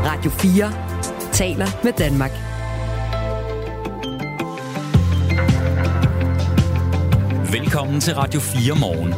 Radio 4 taler med Danmark. Velkommen til Radio 4 morgen.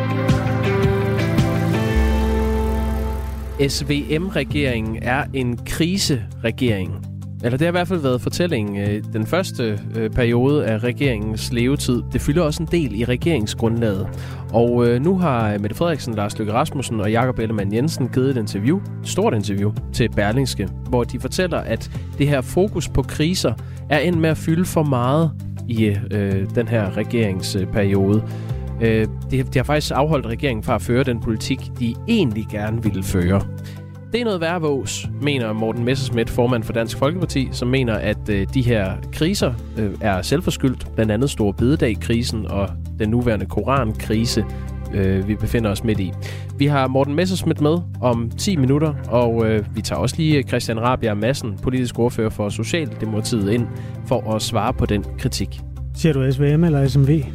SVM-regeringen er en kriseregering. Eller det har i hvert fald været fortællingen den første periode af regeringens levetid. Det fylder også en del i regeringsgrundlaget. Og nu har Mette Frederiksen, Lars Løkke Rasmussen og Jakob Ellemann-Jensen givet et interview, et stort interview, til Berlingske, hvor de fortæller, at det her fokus på kriser er endt med at fylde for meget i den her regeringsperiode. Det har faktisk afholdt regeringen fra at føre den politik, de egentlig gerne ville føre. Det er noget værre vås, mener Morten Messerschmidt, formand for Dansk Folkeparti, som mener, at de her kriser er selvforskyldt, blandt andet Store Bededag-krisen og den nuværende Koran-krise, vi befinder os midt i. Vi har Morten Messerschmidt med om 10 minutter, og vi tager også lige Christian Rabjerg Madsen, politisk ordfører for Socialdemokratiet, ind for at svare på den kritik. Siger du SVM eller SMV?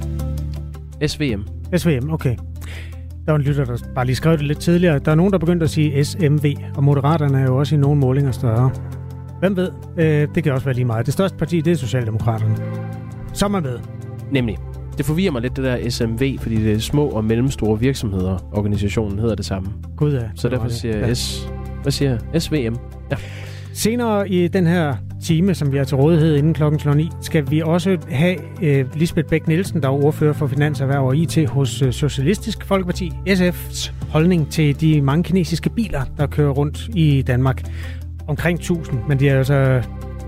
SVM. SVM, okay. Der var en lytter, der bare lige skrev det lidt tidligere. Der er nogen, der begyndte at sige SMV, og Moderaterne er jo også i nogle målinger større. Hvem ved? Det kan også være lige meget. Det største parti, det er Socialdemokraterne. Som er med. Nemlig. Det forvirrer mig lidt, det der SMV, fordi det er små og mellemstore virksomheder. Organisationen hedder det samme. Gud ja. Så derfor siger jeg Hvad siger jeg? SVM. Ja. Senere i den her time, som vi har til rådighed inden klokken 9, skal vi også have Lisbeth Bech-Nielsen, der er ordfører for Finans, Erhverv og IT hos Socialistisk Folkeparti, SF's holdning til de mange kinesiske biler, der kører rundt i Danmark. Omkring 1000, men det er altså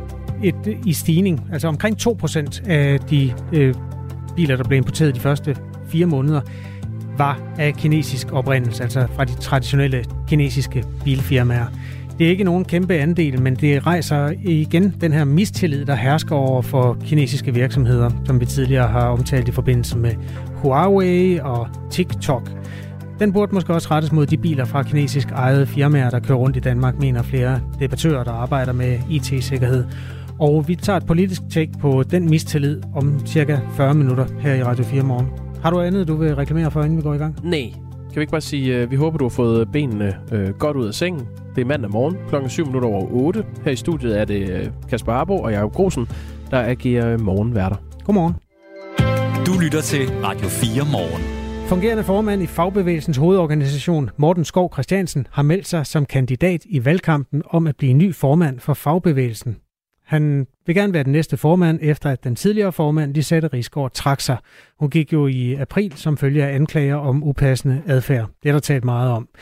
i stigning. Altså omkring 2% af de biler, der blev importeret de første 4 måneder, var af kinesisk oprindelse, altså fra de traditionelle kinesiske bilfirmaer. Det er ikke nogen kæmpe andel, men det rejser igen den her mistillid, der hersker over for kinesiske virksomheder, som vi tidligere har omtalt i forbindelse med Huawei og TikTok. Den burde måske også rettes mod de biler fra kinesisk ejede firmaer, der kører rundt i Danmark, mener flere debattører, der arbejder med IT-sikkerhed. Og vi tager et politisk take på den mistillid om cirka 40 minutter her i Radio 4 morgen. Har du andet, du vil reklamere for, inden vi går i gang? Nej. Kan vi ikke bare sige, vi håber, du har fået benene godt ud af sengen. Det er mandag morgen, klokken 7:07. Her i studiet er det Kasper Harbo og Jakob Grosen, der agerer morgenværter. Godmorgen. Du lytter til Radio 4 morgen. Fungerende formand i Fagbevægelsens hovedorganisation, Morten Skov Christiansen, har meldt sig som kandidat i valgkampen om at blive ny formand for Fagbevægelsen. Han vil gerne være den næste formand, efter at den tidligere formand, Lisette Risgaard, trak sig. Hun gik jo i april som følge af anklager om upassende adfærd. Det er der talt meget om.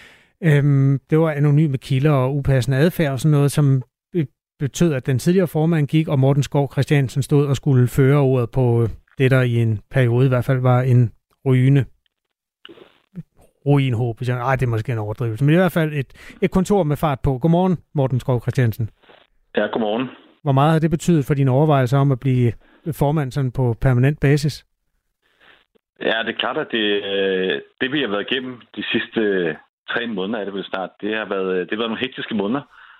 Det var anonyme kilder og upassende adfærd og sådan noget, som betød, at den tidligere formand gik, og Morten Skov Christiansen stod og skulle føre ordet på det, der i en periode i hvert fald var en ruinhåb. Det er måske en overdrivelse, men i hvert fald et kontor med fart på. Godmorgen, Morten Skov Christiansen. Ja, godmorgen. Hvor meget har det betydet for dine overvejelser om at blive formand sådan på permanent basis? Ja, det er klart, at det vi har været igennem de sidste 3 måneder, er det vel snart, det har været nogle hektiske måneder.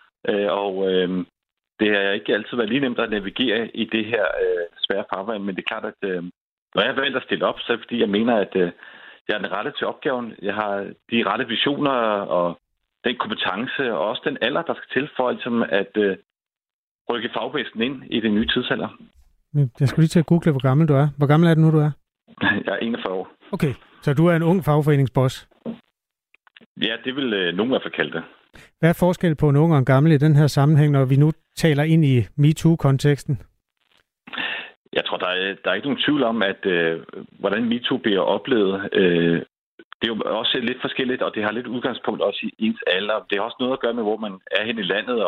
Det har ikke altid været lige nemt at navigere i det her svære farvand, men det er klart, at når jeg har valgt at stille op, så er det fordi, jeg mener, at jeg er den rette til opgaven. Jeg har de rette visioner og den kompetence og også den alder, der skal til for ligesom at rykke fagbevægelsen ind i det nye tidsalder. Jeg skulle lige til at google, hvor gammel du er. Hvor gammel er du nu, du er? Jeg er 41 år. Okay, så du er en ung fagforeningsboss? Ja, det vil nogen i hvert fald kalde det. Hvad er forskel på en ung og en gammel i den her sammenhæng, når vi nu taler ind i MeToo-konteksten? Jeg tror, der er ikke nogen tvivl om, at hvordan MeToo bliver oplevet, det er jo også lidt forskelligt, og det har lidt udgangspunkt også i ens alder. Det har også noget at gøre med, hvor man er hen i landet,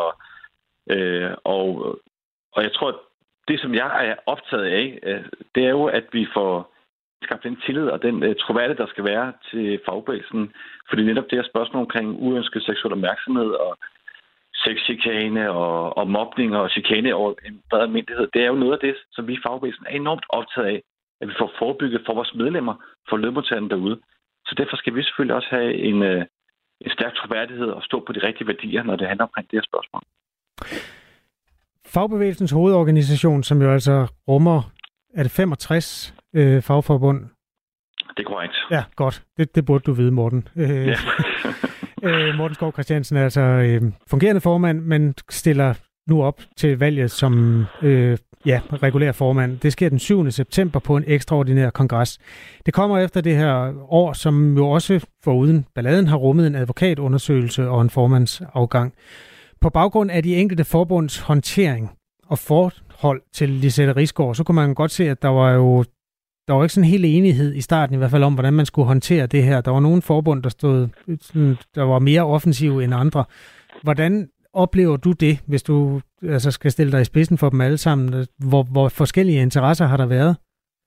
og jeg tror, at det, som jeg er optaget af, det er jo, at vi får skabt den tillid og den troværdighed, der skal være til fagbevægelsen. Fordi netop det her spørgsmål omkring uønsket seksuel opmærksomhed og sexchikane og mobning og chikane over en bred almindelighed, det er jo noget af det, som vi i fagbevægelsen er enormt optaget af, at vi får forebygget for vores medlemmer, for lønmodtagerne derude. Så derfor skal vi selvfølgelig også have en stærk troværdighed og stå på de rigtige værdier, når det handler omkring det her spørgsmål. Fagbevægelsens hovedorganisation, som jo altså rummer, er det 65 fagforbund? Det er korrekt. Ja, godt. Det burde du vide, Morten. Ja. Morten Skov Christiansen er altså fungerende formand, men stiller nu op til valget som regulær formand. Det sker den 7. september på en ekstraordinær kongres. Det kommer efter det her år, som jo også foruden balladen har rummet en advokatundersøgelse og en formandsafgang. På baggrund af de enkelte forbunds håndtering og forhold til Lizette Risgaard, så kunne man godt se, at der var ikke sådan en helt enighed i starten, i hvert fald om, hvordan man skulle håndtere det her. Der var nogle forbund, der var mere offensive end andre. Hvordan oplever du det, hvis du skal stille dig i spidsen for dem alle sammen? Hvor forskellige interesser har der været?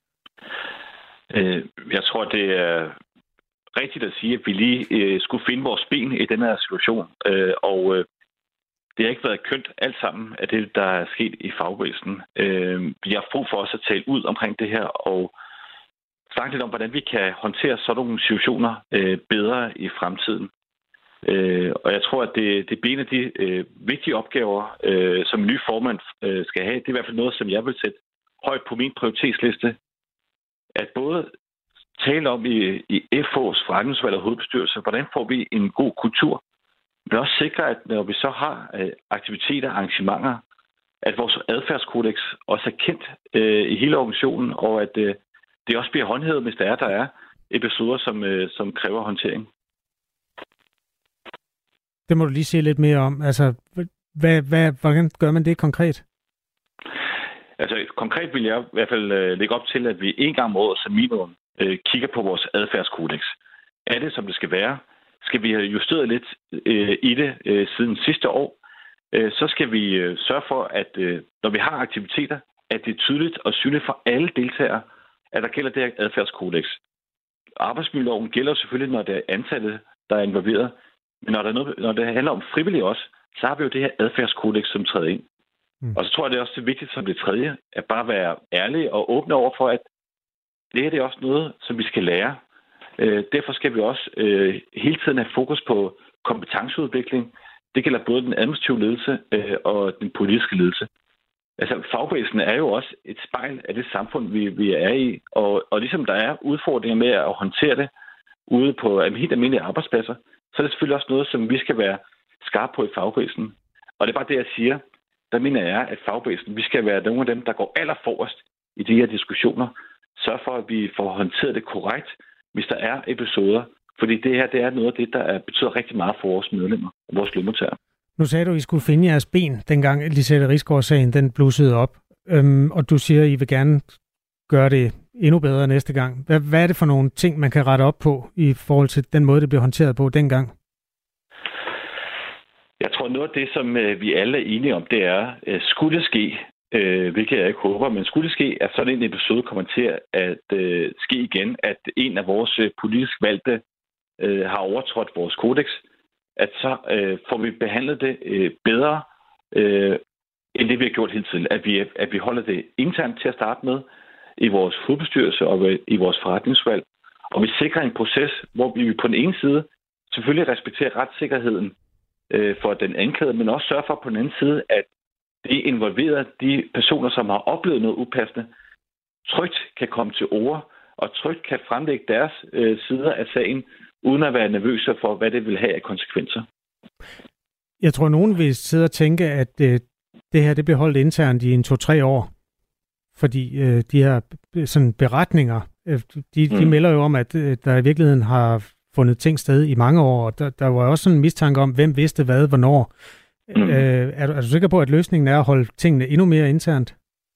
Jeg tror, det er rigtigt at sige, at vi lige skulle finde vores ben i den her situation. Og det har ikke været kønt alt sammen af det, der er sket i fagbevægelsen. Vi har brug for os at tale ud omkring det her og snakke lidt om, hvordan vi kan håndtere sådan nogle situationer bedre i fremtiden. Og jeg tror, at det er en af de vigtige opgaver, som en ny formand skal have. Det er i hvert fald noget, som jeg vil sætte højt på min prioritetsliste. At både tale om i FH's forretningsudvalg og hovedbestyrelse, hvordan får vi en god kultur, men også sikre, at når vi så har aktiviteter og arrangementer, at vores adfærdskodex også er kendt i hele organisationen, og at det også bliver håndhævet, hvis der er episoder, som kræver håndtering. Det må du lige sige lidt mere om. Altså, hvordan gør man det konkret? Altså, konkret vil jeg i hvert fald lægge op til, at vi en gang om året som minimum kigger på vores adfærdskodex. Er det, som det skal være? Skal vi have justeret lidt i det siden sidste år? Så skal vi sørge for, at når vi har aktiviteter, at det er tydeligt og synligt for alle deltagere, at der gælder det her adfærdskodex. Arbejdsmiljøloven gælder selvfølgelig, når det er ansatte, der er involveret. Men når det handler om frivillige også, så har vi jo det her adfærdskodex, som træder ind. Og så tror jeg, det er også vigtigt som det tredje, at bare være ærlige og åbne over for, at det her det er også noget, som vi skal lære. Derfor skal vi også hele tiden have fokus på kompetenceudvikling. Det gælder både den administrative ledelse og den politiske ledelse. Altså, fagbevægelsen er jo også et spejl af det samfund, vi er i. Og ligesom der er udfordringer med at håndtere det ude på helt almindelige arbejdspladser, så er det selvfølgelig også noget, som vi skal være skarpe på i fagbevægelsen. Og det er bare det, jeg siger. Der mener jeg, at fagbevægelsen, vi skal være nogle af dem, der går allerforrest i de her diskussioner. Sørg for, at vi får håndteret det korrekt, hvis der er episoder. Fordi det her, det er noget af det, der betyder rigtig meget for vores medlemmer og vores lønmodtagere. Nu sagde du, at I skulle finde jeres ben, dengang Lizette Risgaard-sagen den blussede op. Og du siger, at I vil gerne gøre det endnu bedre næste gang. Hvad er det for nogle ting, man kan rette op på i forhold til den måde, det blev håndteret på dengang? Jeg tror, noget af det, som vi alle er enige om, det er, skulle det ske, hvilket jeg ikke håber, men skulle det ske, at sådan en episode kommer til at ske igen, at en af vores politisk valgte har overtrådt vores kodex, at så får vi behandlet det bedre, end det vi har gjort hele tiden. At vi holder det internt til at starte med i vores hovedbestyrelse og i vores forretningsudvalg, og vi sikrer en proces, hvor vi på den ene side selvfølgelig respekterer retssikkerheden for den anklagede, men også sørger for på den anden side, at det involverer de personer, som har oplevet noget upassende, trygt kan komme til ord og trygt kan fremlægge deres sider af sagen, uden at være nervøse for, hvad det vil have af konsekvenser. Jeg tror, nogen vil sidde og tænke, at det her det bliver holdt internt i 2-3 år. Fordi de her sådan beretninger, de melder jo om, at der i virkeligheden har fundet ting sted i mange år. Og der var også sådan en mistanke om, hvem vidste hvad, hvornår. Er du sikker på, at løsningen er at holde tingene endnu mere internt?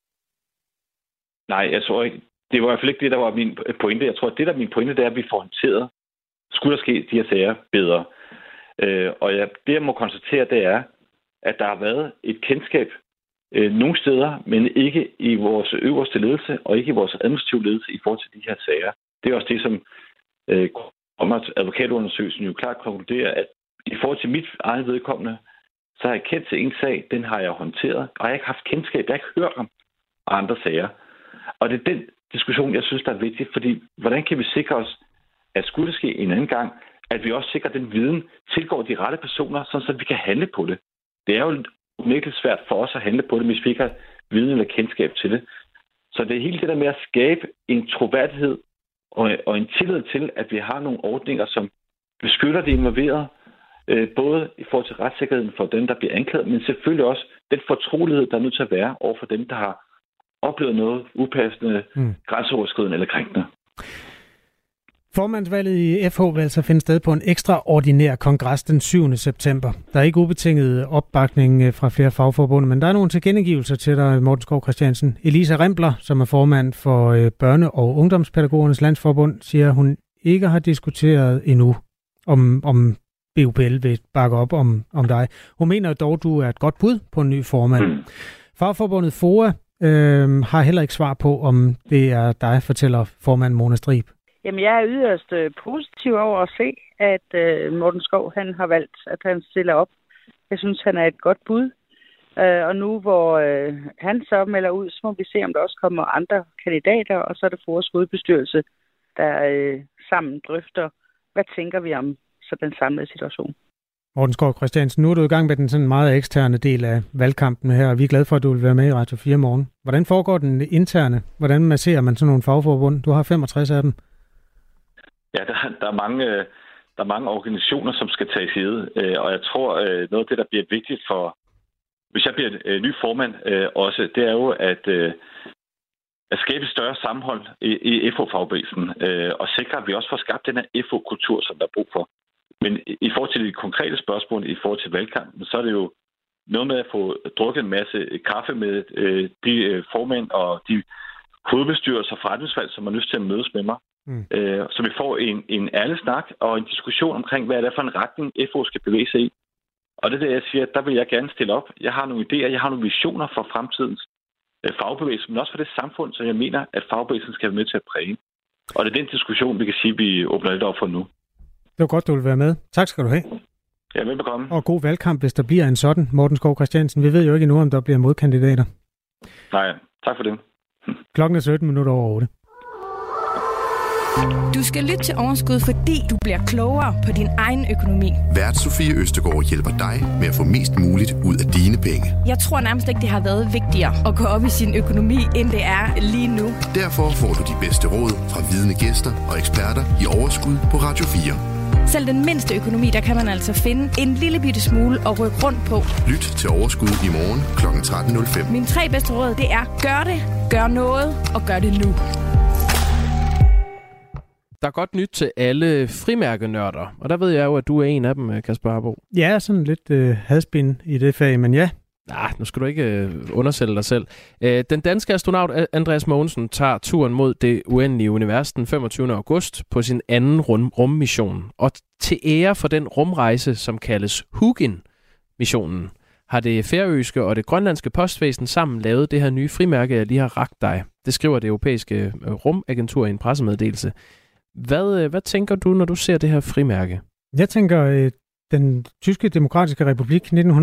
Nej, jeg tror ikke. Det var i hvert fald ikke det, der var min pointe. Jeg tror, at det, der er min pointe, det er, at vi får håndteret, skulle der ske de her sager bedre. Og det, jeg må konstatere, det er, at der har været et kendskab nogle steder, men ikke i vores øverste ledelse, og ikke i vores administrative ledelse i forhold til de her sager. Det er også det, som advokatundersøgelsen jo klart konkluderer, at i forhold til mit eget vedkommende, så har jeg kendt til en sag, den har jeg håndteret, og jeg har ikke haft kendskab, jeg har ikke hørt om andre sager. Og det er den diskussion, jeg synes, der er vigtig, fordi hvordan kan vi sikre os, at skulle det ske en anden gang, at vi også sikrer, at den viden tilgår de rette personer, så vi kan handle på det. Det er jo virkelig svært for os at handle på det, hvis vi ikke har viden eller kendskab til det. Så det er hele det der med at skabe en troværdighed og en tillid til, at vi har nogle ordninger, som beskytter de involverede, både i forhold til retssikkerheden for dem, der bliver anklaget, men selvfølgelig også den fortrolighed, der er nødt til at være over for dem, der har oplevet noget upassende, grænseoverskridende eller krænkende. Formandsvalget i FH vil altså finde sted på en ekstraordinær kongres den 7. september. Der er ikke ubetinget opbakning fra flere fagforbund, men der er nogle tilkendegivelser til dig, Morten Skov Christiansen. Elisa Rimpler, som er formand for Børne- og Ungdomspædagogernes Landsforbund, siger, at hun ikke har diskuteret endnu, om BUPL vil bakke op om dig. Hun mener dog, at du er et godt bud på en ny formand. Fagforbundet FOA har heller ikke svar på, om det er dig, fortæller formand Mona Strib. Jamen, jeg er yderst positiv over at se, at Morten Skov han har valgt, at han stiller op. Jeg synes, han er et godt bud. Og nu, hvor han så melder ud, så må vi se, om der også kommer andre kandidater, og så er det FOAs hovedbestyrelse, der sammen drøfter, hvad tænker vi om så den samlede situation. Morten Skov Christiansen, nu er du i gang med den sådan meget eksterne del af valgkampen her, og vi er glade for, at du vil være med i Radio 4 morgen. Hvordan foregår den interne? Hvordan masserer man sådan nogle fagforbund? Du har 65 af dem. Ja, der er mange organisationer, som skal tage side, og jeg tror, noget af det, der bliver vigtigt for, hvis jeg bliver ny formand også, det er jo at skabe større sammenhold i FH-fagbevægelsen, og sikre, at vi også får skabt den her FH-kultur, som der er brug for. Men i forhold til de konkrete spørgsmål, i forhold til valgkampen, så er det jo noget med at få drukket en masse kaffe med de formænd og de hovedbestyrelser og forretningsvalg, som har lyst til at mødes med mig. Så vi får en ærlig snak og en diskussion omkring, hvad er det for en retning FH skal bevæge sig i. Og det er det, jeg siger, der vil jeg gerne stille op. Jeg har nogle idéer, jeg har nogle visioner for fremtidens fagbevægelse, men også for det samfund, som jeg mener, at fagbevægelsen skal være med til at præge. Og det er den diskussion, vi kan sige, vi åbner lidt op for nu. Det var godt, du vil være med. Tak skal du have. Ja, velbekomme. Og god valgkamp, hvis der bliver en sådan, Morten Skov Christiansen. Vi ved jo ikke endnu, om der bliver modkandidater. Nej, tak for det. Klokken er 17:17. Du skal lytte til Overskud, fordi du bliver klogere på din egen økonomi. Vært Sofie Østergaard hjælper dig med at få mest muligt ud af dine penge. Jeg tror nærmest ikke, det har været vigtigere at gå op i sin økonomi, end det er lige nu. Derfor får du de bedste råd fra vidne gæster og eksperter i Overskud på Radio 4. Selv den mindste økonomi, der kan man altså finde en lille bitte smule at rykke rundt på. Lyt til Overskud i morgen kl. 13.05. Mine 3 bedste råd, det er gør det, gør noget og gør det nu. Der er godt nyt til alle frimærkenørder, og der ved jeg jo, at du er en af dem, Kasper Harbo. Ja, sådan lidt hadspind i det fag, men ja. Nej, nu skal du ikke undersælge dig selv. Den danske astronaut Andreas Mogensen tager turen mod det uendelige univers den 25. august på sin anden rummission. Og til ære for den rumrejse, som kaldes Hugin-missionen, har det færøske og det grønlandske postvæsen sammen lavet det her nye frimærke, jeg lige har rakt dig. Det skriver det europæiske rumagentur i en pressemeddelelse. Hvad tænker du, når du ser det her frimærke? Jeg tænker, den tyske demokratiske republik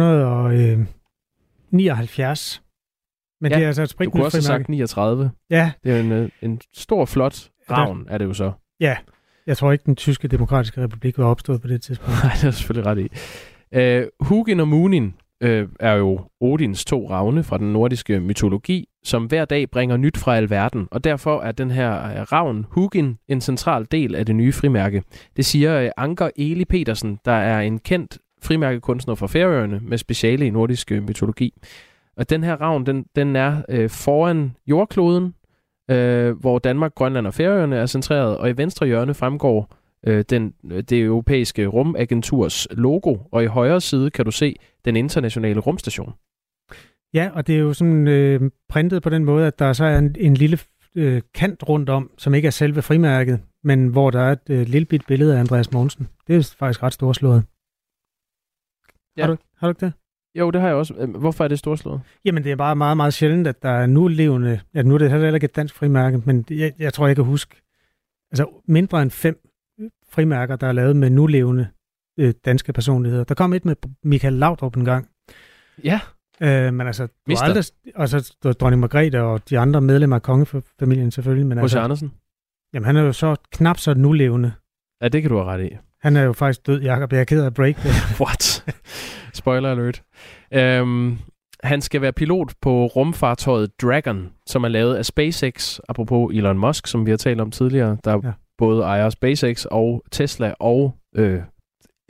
1979. Men ja, det er altså et spritnyt frimærke. Du kunne også have sagt 39. Ja. Det er en stor, flot ravn, er det jo så. Ja, jeg tror ikke, den tyske demokratiske republik var opstået på det tidspunkt. Nej, det er selvfølgelig ret i. Hugin og Munin er jo Odins 2 ravne fra den nordiske mytologi, som hver dag bringer nyt fra alverden, og derfor er den her ravn, Hugin, en central del af det nye frimærke. Det siger Anker Eli Petersen, der er en kendt frimærkekunstner fra Færøerne med speciale i nordisk mytologi. Og den her ravn, den er foran jordkloden, hvor Danmark, Grønland og Færøerne er centreret, og i venstre hjørne fremgår det europæiske rumagenturs logo, og i højre side kan du se den internationale rumstation. Ja, og det er jo sådan printet på den måde, at der så er en lille kant rundt om, som ikke er selve frimærket, men hvor der er et lille bit billede af Andreas Mogensen. Det er faktisk ret storslået. Ja. Har du ikke det? Jo, det har jeg også. Hvorfor er det storslået? Jamen, det er bare meget, meget sjældent, at der er nulevende... Ja, nu er det heller ikke et dansk frimærke, men jeg tror, jeg kan huske... Altså, mindre end 5 frimærker, der er lavet med nulevende danske personligheder. Der kom et med Michael Laudrup en gang. Ja. Men altså... Aldrig, og så dronning Margrethe og de andre medlemmer af kongefamilien selvfølgelig. Men H.C. Andersen? Jamen, han er jo så knap så nulevende. Ja, det kan du have ret i. Han er jo faktisk død, Jacob. Jeg er ked af break. What? Spoiler alert. Han skal være pilot på rumfartøjet Dragon, som er lavet af SpaceX, apropos Elon Musk, som vi har talt om tidligere, der både ejer SpaceX og Tesla og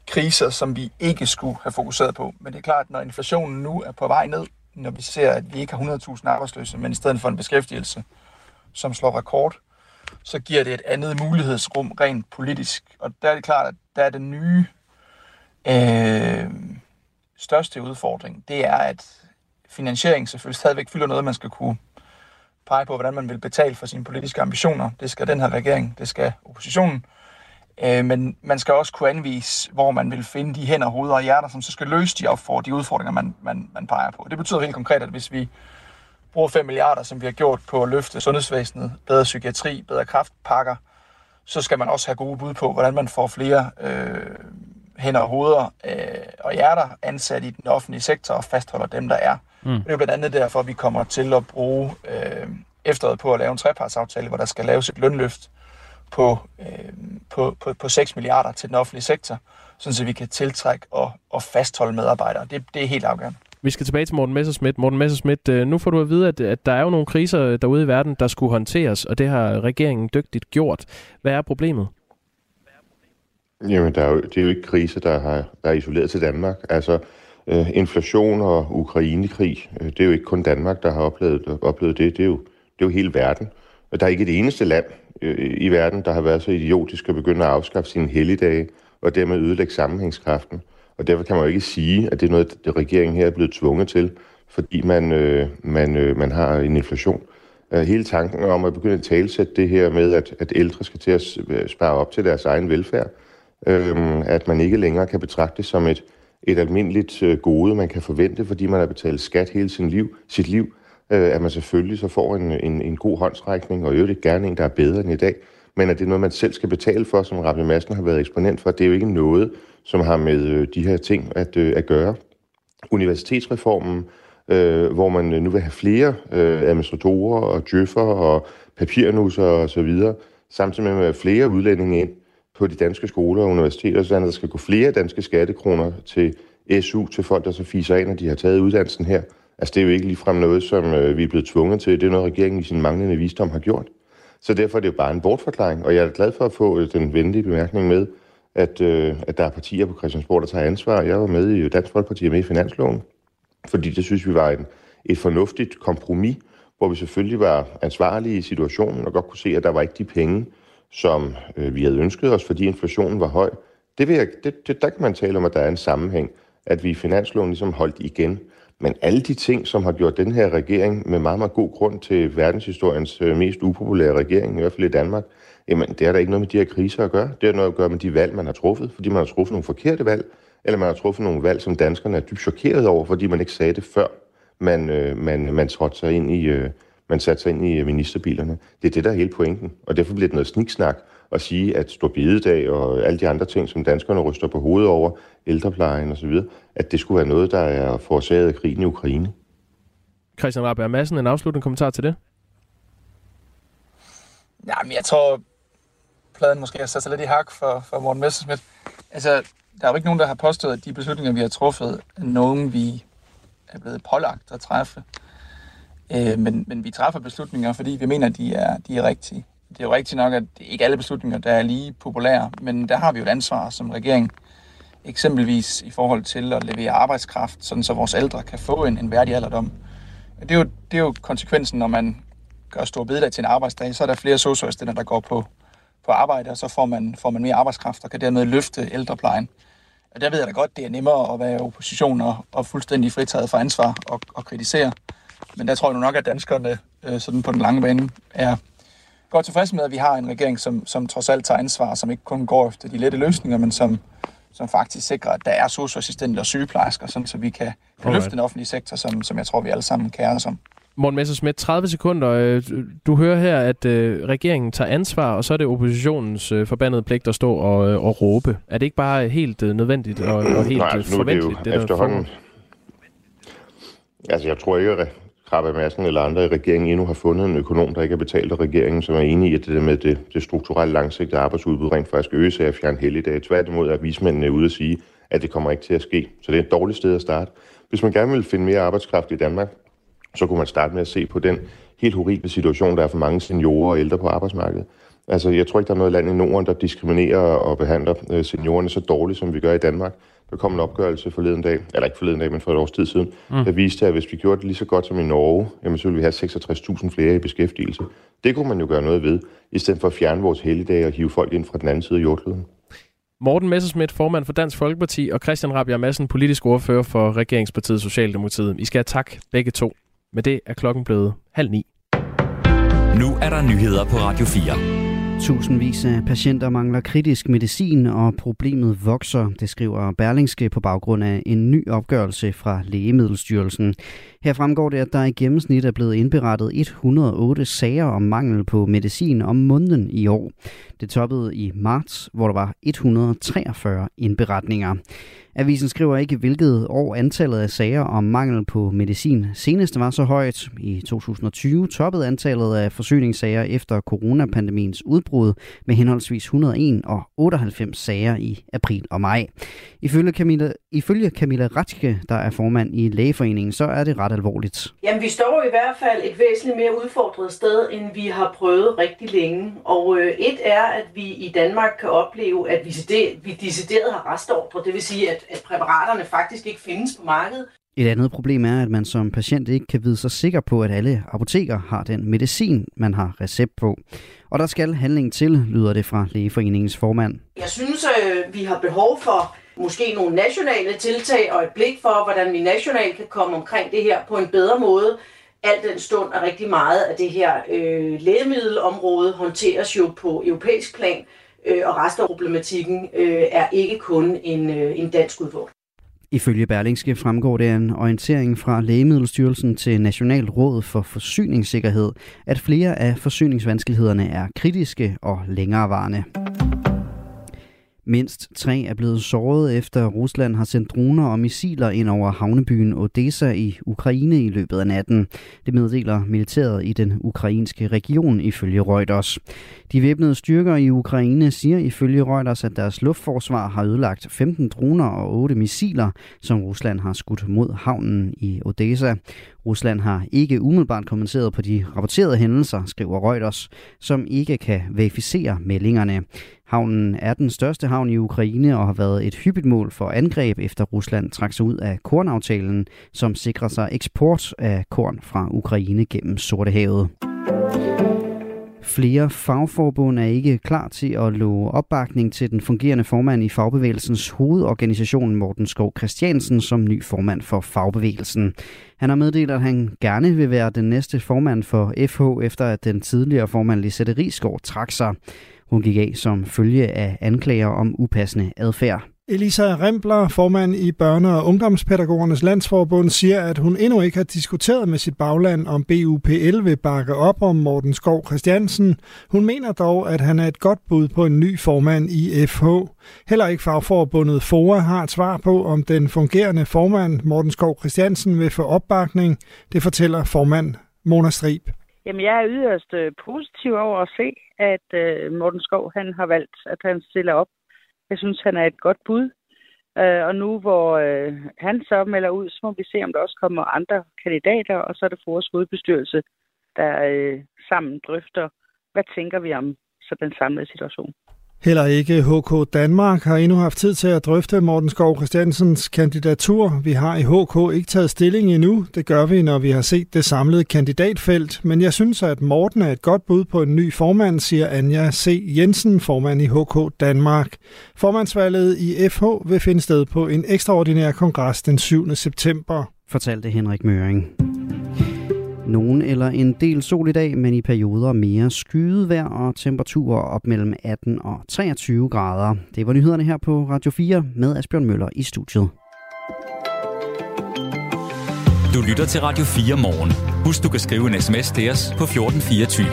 kriser, som vi ikke skulle have fokuseret på. Men det er klart, når inflationen nu er på vej ned, når vi ser, at vi ikke har 100.000 arbejdsløse, men i stedet for en beskæftigelse, som slår rekord, så giver det et andet mulighedsrum rent politisk. Og der er det klart, at der er den nye største udfordring. Det er, at finansiering selvfølgelig stadigvæk fylder noget, man skal kunne pege på, hvordan man vil betale for sine politiske ambitioner. Det skal den her regering, det skal oppositionen. Men man skal også kunne anvise, hvor man vil finde de hænder, hoveder og hjerter, som så skal løse de udfordringer, man peger på. Det betyder helt konkret, at hvis vi bruger 5 milliarder, som vi har gjort på at løfte sundhedsvæsenet, bedre psykiatri, bedre kræftpakker, så skal man også have gode bud på, hvordan man får flere hænder, hoveder og hjerter ansat i den offentlige sektor og fastholder dem, der er. Det er jo blandt andet derfor, at vi kommer til at bruge efteråret på at lave en trepartsaftale, hvor der skal laves et lønløft på 6 milliarder til den offentlige sektor, så vi kan tiltrække og fastholde medarbejdere. Det er helt afgørende. Vi skal tilbage til Morten Messerschmidt. Morten Messerschmidt, nu får du at vide, at der er jo nogle kriser derude i verden, der skulle håndteres, og det har regeringen dygtigt gjort. Hvad er problemet? Jamen, det er jo ikke kriser, der er isoleret til Danmark. Altså, inflation og Ukrainekrig, det er jo ikke kun Danmark, der har oplevet det. Det er jo hele verden. Og der er ikke et eneste land i verden, der har været så idiotisk at begynde at afskaffe sine helligdage, og dermed ødelægge sammenhængskraften. Og derfor kan man jo ikke sige, at det er noget, at regeringen her er blevet tvunget til, fordi man har en inflation. Hele tanken om at begynde at talsætte det her med, at ældre skal til at spare op til deres egen velfærd, at man ikke længere kan betragte det som et almindeligt gode, man kan forvente, fordi man har betalt skat hele sit liv, at man selvfølgelig så får en god håndsrækning, og øvrigt gerne en, der er bedre end i dag, men at det er noget, man selv skal betale for, som Rabia Madsen har været eksponent for. Det er jo ikke noget, som har med de her ting at gøre. Universitetsreformen, hvor man nu vil have flere administratorer og djøffer og papirnusser og så videre, samtidig med flere udlændinge ind på de danske skoler og universiteter, så der skal gå flere danske skattekroner til SU til folk, der så fiser af, når de har taget uddannelsen her. Altså det er jo ikke ligefrem noget, som vi er blevet tvunget til. Det er noget, regeringen i sin manglende visdom har gjort. Så derfor er det jo bare en bortforklaring, og jeg er glad for at få den venlige bemærkning med, at der er partier på Christiansborg, der tager ansvar. Jeg var med i Dansk Folkeparti og med i Finansloven, fordi det synes vi var et fornuftigt kompromis, hvor vi selvfølgelig var ansvarlige i situationen og godt kunne se, at der var ikke de penge, som vi havde ønsket os, fordi inflationen var høj. Der kan man tale om, at der er en sammenhæng, at vi i Finansloven ligesom holdt igen. Men alle de ting, som har gjort den her regering med meget, meget god grund til verdenshistoriens mest upopulære regering, i hvert fald i Danmark, jamen det er der ikke noget med de her kriser at gøre. Det har noget at gøre med de valg, man har truffet, fordi man har truffet nogle forkerte valg, eller man har truffet nogle valg, som danskerne er dybt chokeret over, fordi man ikke sagde det før, man satte sig ind i ministerbilerne. Det er det, der er hele pointen, og derfor bliver det noget sniksnak at sige, at Store Bededag og alle de andre ting, som danskerne ryster på hovedet over, ældreplejen osv., at det skulle være noget, der er forårsaget af krigen i Ukraine. Christian Rabia Madsen, en afsluttende kommentar til det? Jamen, jeg tror, pladen måske har sat sig lidt i hak for Morten Messerschmidt. Altså, der er jo ikke nogen, der har påstået, at de beslutninger, vi har truffet, er nogen, vi er blevet pålagt at træffe. Men vi træffer beslutninger, fordi vi mener, at de er rigtige. Det er jo rigtigt nok, at det ikke alle beslutninger, der er lige populære, men der har vi jo et ansvar som regering, eksempelvis i forhold til at levere arbejdskraft, sådan så vores ældre kan få en værdig alderdom. Det er jo konsekvensen, når man gør Store Bededag til en arbejdsdag, så er der flere sosu-assistenter, der går på arbejde, og så får man mere arbejdskraft og kan dermed løfte ældreplejen. Og der ved jeg da godt, det er nemmere at være opposition og fuldstændig fritaget for ansvar og kritisere. Men der tror jeg nu nok, at danskerne sådan på den lange bane er godt tilfredse med, at vi har en regering, som trods alt tager ansvar, som ikke kun går efter de lette løsninger, men som faktisk sikrer, at der er sosu-assistenter og sygeplejersker, sådan, så vi kan løfte den offentlige sektor, som jeg tror, vi alle sammen kærer os om. Morten Messerschmidt, 30 sekunder. Du hører her, at regeringen tager ansvar, og så er det oppositionens forbandede pligt at stå og råbe. Er det ikke bare helt nødvendigt og helt forventeligt? Det efterhånden. Altså, jeg tror ikke, at Rabia Madsen eller andre i regeringen endnu har fundet en økonom, der ikke er betalt af regeringen, som er enig i, at det med det strukturelle langsigtede arbejdsudbud rent faktisk øges af at fjerne helligdage. Tværtimod er vismændene ude at sige, at det kommer ikke til at ske. Så det er et dårligt sted at starte. Hvis man gerne vil finde mere arbejdskraft i Danmark, så kunne man starte med at se på den helt horrible situation, der er for mange seniorer og ældre på arbejdsmarkedet. Altså, jeg tror ikke, der er noget land i Norden, der diskriminerer og behandler seniorerne så dårligt, som vi gør i Danmark. Der kom en opgørelse forleden dag, eller ikke forleden dag, men for et års tid siden, der viste, at hvis vi gjorde det lige så godt som i Norge, jamen, så ville vi have 66.000 flere i beskæftigelse. Det kunne man jo gøre noget ved, i stedet for at fjerne vores helligdage og hive folk ind fra den anden side af jordkloden. Morten Messerschmidt, formand for Dansk Folkeparti, og Christian Rabjerg Madsen, politisk ordfører for regeringspartiet Socialdemokratiet. I skal have tak begge to. Med det er klokken blevet 8:30. Nu er der nyheder på Radio 4. Tusindvis af patienter mangler kritisk medicin, og problemet vokser, det skriver Berlingske på baggrund af en ny opgørelse fra Lægemiddelstyrelsen. Her fremgår det, at der i gennemsnit er blevet indberettet 108 sager om mangel på medicin om måneden i år. Det toppede i marts, hvor der var 143 indberetninger. Avisen skriver ikke, hvilket år antallet af sager om mangel på medicin senest var så højt. I 2020 toppede antallet af forsyningssager efter coronapandemiens udbrud med henholdsvis 101 og 98 sager i april og maj. Ifølge Camilla Ratke, der er formand i Lægeforeningen, så er det ret alvorligt. Jamen, vi står i hvert fald et væsentligt mere udfordret sted, end vi har prøvet rigtig længe. Og et er, at vi i Danmark kan opleve, at vi decideret har restordre. Det vil sige, at præparaterne faktisk ikke findes på markedet. Et andet problem er, at man som patient ikke kan vide sig sikker på, at alle apoteker har den medicin, man har recept på. Og der skal handling til, lyder det fra Lægeforeningens formand. Jeg synes, vi har behov for måske nogle nationale tiltag og et blik for, hvordan vi nationalt kan komme omkring det her på en bedre måde. Al den stund er rigtig meget af det her lægemiddelområde håndteres jo på europæisk plan, og restproblematikken er ikke kun en dansk udfordring. Ifølge Berlingske fremgår det af en orientering fra Lægemiddelstyrelsen til National Råd for Forsyningssikkerhed, at flere af forsyningsvanskelighederne er kritiske og længerevarende. Mindst 3 er blevet såret efter Rusland har sendt droner og missiler ind over havnebyen Odessa i Ukraine i løbet af natten. Det meddeler militæret i den ukrainske region ifølge Reuters. De væbnede styrker i Ukraine siger ifølge Reuters, at deres luftforsvar har ødelagt 15 droner og 8 missiler, som Rusland har skudt mod havnen i Odessa. Rusland har ikke umiddelbart kommenteret på de rapporterede hændelser, skriver Reuters, som ikke kan verificere meldingerne. Havnen er den største havn i Ukraine og har været et hyppigt mål for angreb, efter Rusland trak sig ud af kornaftalen, som sikrer sig eksport af korn fra Ukraine gennem Sortehavet. Flere fagforbund er ikke klar til at love opbakning til den fungerende formand i fagbevægelsens hovedorganisation, Morten Skov Christiansen, som ny formand for fagbevægelsen. Han har meddelt, at han gerne vil være den næste formand for FH, efter at den tidligere formand Lisette Risgaard trak sig. Hun gik af som følge af anklager om upassende adfærd. Elisa Rempler, formand i Børne- og Ungdomspædagogernes Landsforbund, siger, at hun endnu ikke har diskuteret med sit bagland, om BUPL vil bakke op om Morten Skov Christiansen. Hun mener dog, at han er et godt bud på en ny formand i FH. Heller ikke fagforbundet FOA har et svar på, om den fungerende formand Morten Skov Christiansen vil få opbakning. Det fortæller formand Mona Strib. Jamen, jeg er yderst positiv over at se, at Morten Skov han har valgt, at han stiller op. Jeg synes, han er et godt bud. Og nu hvor han så melder ud, så må vi se, om der også kommer andre kandidater, og så er det FOAs hovedbestyrelse, der sammen drøfter, hvad tænker vi om så den samlede situation. Heller ikke HK Danmark har endnu haft tid til at drøfte Morten Skov Christiansens kandidatur. Vi har i HK ikke taget stilling endnu. Det gør vi, når vi har set det samlede kandidatfelt. Men jeg synes, at Morten er et godt bud på en ny formand, siger Anja C. Jensen, formand i HK Danmark. Formandsvalget i FH vil finde sted på en ekstraordinær kongres den 7. september. Fortalte Henrik Møring. Nogen eller en del sol i dag, men i perioder mere skyet vejr og temperaturer op mellem 18 og 23 grader. Det var nyhederne her på Radio 4 med Asbjørn Møller i studiet. Du lytter til Radio 4 morgen. Husk, du kan skrive en sms til os på 1424.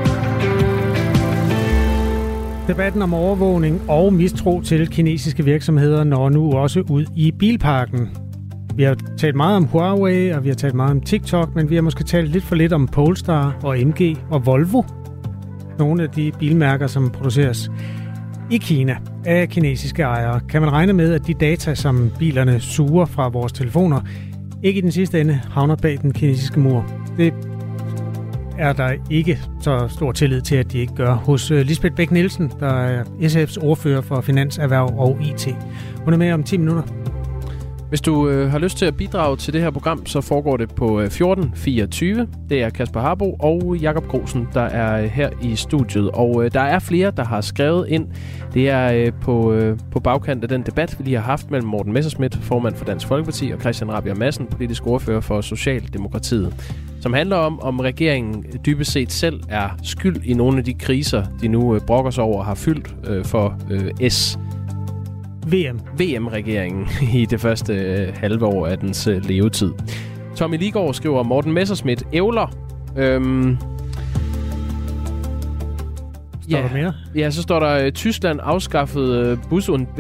Debatten om overvågning og mistro til kinesiske virksomheder når nu også ud i bilparken. Vi har talt meget om Huawei, og vi har talt meget om TikTok, men vi har måske talt lidt for lidt om Polestar og MG og Volvo. Nogle af de bilmærker, som produceres i Kina af kinesiske ejere. Kan man regne med, at de data, som bilerne suger fra vores telefoner, ikke i den sidste ende havner bag den kinesiske mur? Det er der ikke så stor tillid til, at de ikke gør. Hos Lisbeth Bech-Nielsen, der er SF's ordfører for finans, erhverv og IT. Hun er med om 10 minutter. Hvis du har lyst til at bidrage til det her program, så foregår det på 1424. Det er Kasper Harbo og Jakob Grosen, der er her i studiet. Og der er flere, der har skrevet ind. Det er på bagkant af den debat, vi lige har haft mellem Morten Messerschmidt, formand for Dansk Folkeparti, og Christian Rabjerg Madsen, politisk ordfører for Socialdemokratiet, som handler om regeringen dybest set selv er skyld i nogle af de kriser, de nu brokker sig over, har fyldt for VM-regeringen i det første halve år af dens levetid. Tommy Liggaard skriver, Morten Messerschmidt ævler. Står der mere? Ja, så står der, Tyskland afskaffede Bus- und